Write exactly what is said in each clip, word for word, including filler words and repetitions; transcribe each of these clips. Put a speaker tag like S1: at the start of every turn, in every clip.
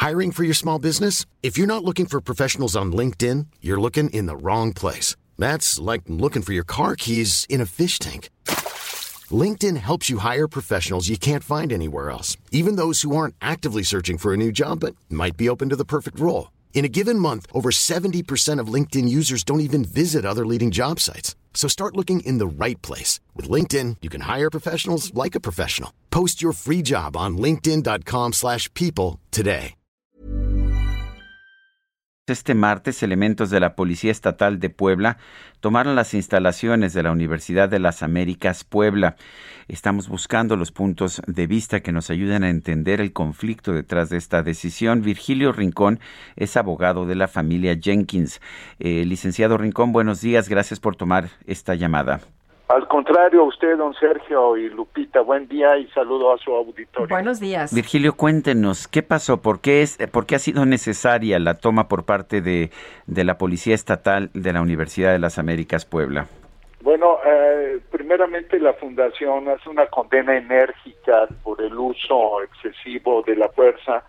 S1: Hiring for your small business? If you're not looking for professionals on LinkedIn, you're looking in the wrong place. That's like looking for your car keys in a fish tank. LinkedIn helps you hire professionals you can't find anywhere else, even those who aren't actively searching for a new job but might be open to the perfect role. In a given month, over seventy percent of LinkedIn users don't even visit other leading job sites. So start looking in the right place. With LinkedIn, you can hire professionals like a professional. Post your free job on linkedin dot com slash people today.
S2: Este martes, elementos de la Policía Estatal de Puebla tomaron las instalaciones de la Universidad de las Américas Puebla. Estamos buscando los puntos de vista que nos ayuden a entender el conflicto detrás de esta decisión. Virgilio Rincón es abogado de la familia Jenkins. Eh, licenciado Rincón, buenos días. Gracias por tomar esta llamada.
S3: Al contrario, a usted, don Sergio y Lupita, buen día y saludo a su auditorio.
S4: Buenos días.
S2: Virgilio, cuéntenos, ¿qué pasó? ¿Por qué es, por qué ha sido necesaria la toma por parte de, de la Policía Estatal de la Universidad de las Américas Puebla?
S3: Bueno, eh, primeramente la Fundación hace una condena enérgica por el uso excesivo de la fuerza.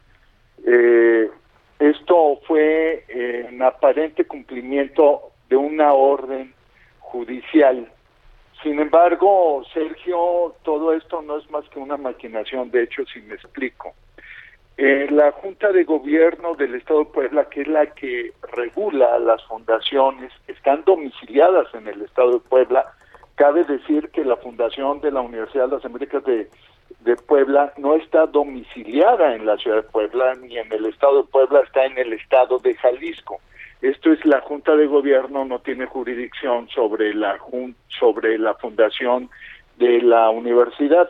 S3: Eh, esto fue eh, en aparente cumplimiento de una orden judicial. Sin embargo, Sergio, todo esto no es más que una maquinación. De hecho, si me explico. Eh, la Junta de Gobierno del Estado de Puebla, que es la que regula las fundaciones que están domiciliadas en el Estado de Puebla, cabe decir que la Fundación de la Universidad de las Américas de, de Puebla no está domiciliada en la ciudad de Puebla ni en el Estado de Puebla, está en el Estado de Jalisco. Esto es, la Junta de Gobierno no tiene jurisdicción sobre la jun- sobre la fundación de la universidad.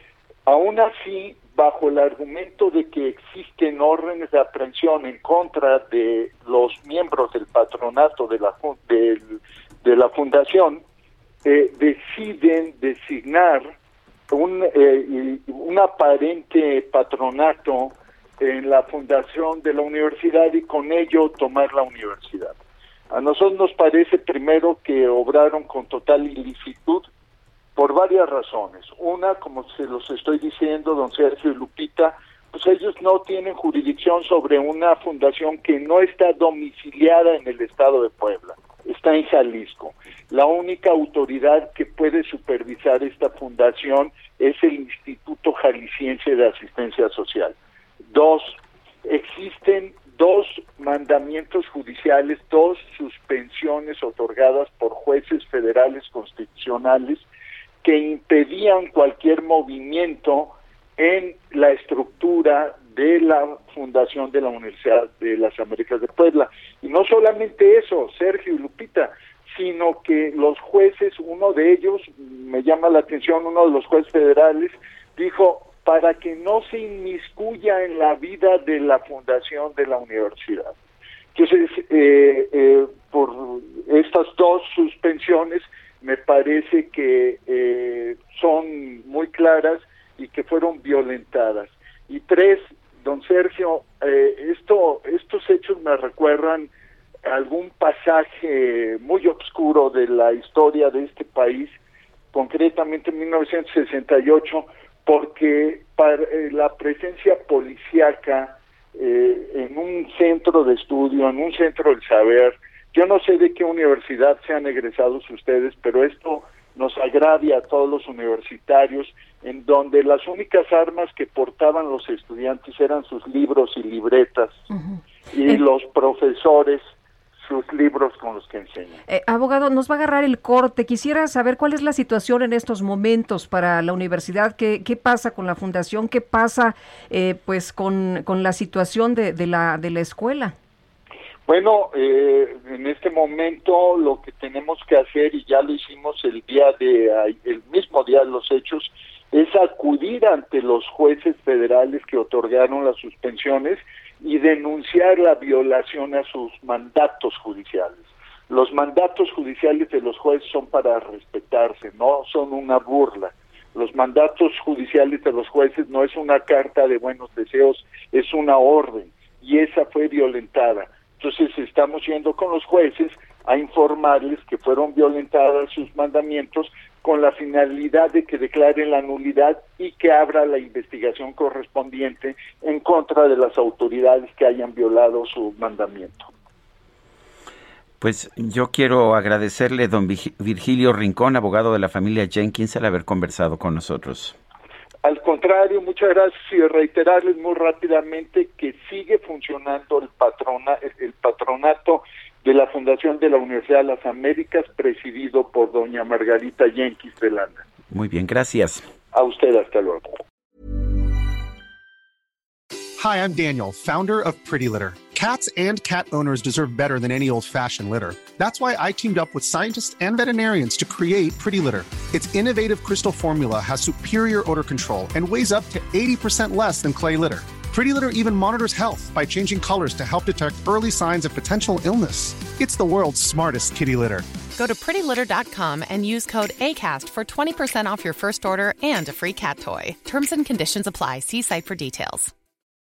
S3: Aún así, bajo el argumento de que existen órdenes de aprehensión en contra de los miembros del patronato de la de, de la fundación, eh, deciden designar un eh, un aparente patronato en la fundación de la universidad y con ello tomar la universidad. A nosotros nos parece primero que obraron con total ilicitud por varias razones. Una, como se los estoy diciendo, don Sergio y Lupita, pues ellos no tienen jurisdicción sobre una fundación que no está domiciliada en el Estado de Puebla, está en Jalisco. La única autoridad que puede supervisar esta fundación es el Instituto Jalisciense de Asistencia Social. Dos, existen dos mandamientos judiciales, dos suspensiones otorgadas por jueces federales constitucionales que impedían cualquier movimiento en la estructura de la Fundación de la Universidad de las Américas de Puebla. Y no solamente eso, Sergio y Lupita, sino que los jueces, uno de ellos, me llama la atención, uno de los jueces federales, dijo, para que no se inmiscuya en la vida de la fundación de la universidad. Entonces, eh, eh, por estas dos suspensiones, me parece que eh, son muy claras y que fueron violentadas. Y tres, don Sergio, eh, esto, estos hechos me recuerdan algún pasaje muy oscuro de la historia de este país, concretamente en mil novecientos sesenta y ocho, porque para, eh, la presencia policíaca eh, en un centro de estudio, en un centro del saber, yo no sé de qué universidad sean egresados ustedes, pero esto nos agravia a todos los universitarios, en donde las únicas armas que portaban los estudiantes eran sus libros y libretas, uh-huh. y eh. los profesores sus libros con los que enseñan.
S4: Eh, abogado, nos va a agarrar el corte. Quisiera saber cuál es la situación en estos momentos para la universidad, qué, qué pasa con la fundación, qué pasa eh, pues con, con la situación de, de la de la escuela.
S3: Bueno, eh, en este momento lo que tenemos que hacer, y ya lo hicimos el día de el mismo día de los hechos, es acudir ante los jueces federales que otorgaron las suspensiones y denunciar la violación a sus mandatos judiciales. Los mandatos judiciales de los jueces son para respetarse, no son una burla. Los mandatos judiciales de los jueces no es una carta de buenos deseos, es una orden, y esa fue violentada. Entonces estamos yendo con los jueces a informarles que fueron violentadas sus mandamientos con la finalidad de que declare la nulidad y que abra la investigación correspondiente en contra de las autoridades que hayan violado su mandamiento.
S2: Pues yo quiero agradecerle, don Virgilio Rincón, abogado de la familia Jenkins, el haber conversado con nosotros.
S3: Al contrario, muchas gracias, y reiterarles muy rápidamente que sigue funcionando el, patrona, el patronato de la Fundación de la Universidad de las Américas, presidido por doña Margarita Jenkins de Landa.
S2: Muy bien, gracias.
S3: A usted, hasta luego.
S5: Hi, I'm Daniel, founder of Pretty Litter. Cats and cat owners deserve better than any old-fashioned litter. That's why I teamed up with scientists and veterinarians to create Pretty Litter. Its innovative crystal formula has superior odor control and weighs up to eighty percent less than clay litter. Pretty Litter even monitors health by changing colors to help detect early signs of potential illness. It's the world's smartest kitty litter.
S6: Go to pretty litter dot com and use code ACAST for twenty percent off your first order and a free cat toy. Terms and conditions apply. See site for details.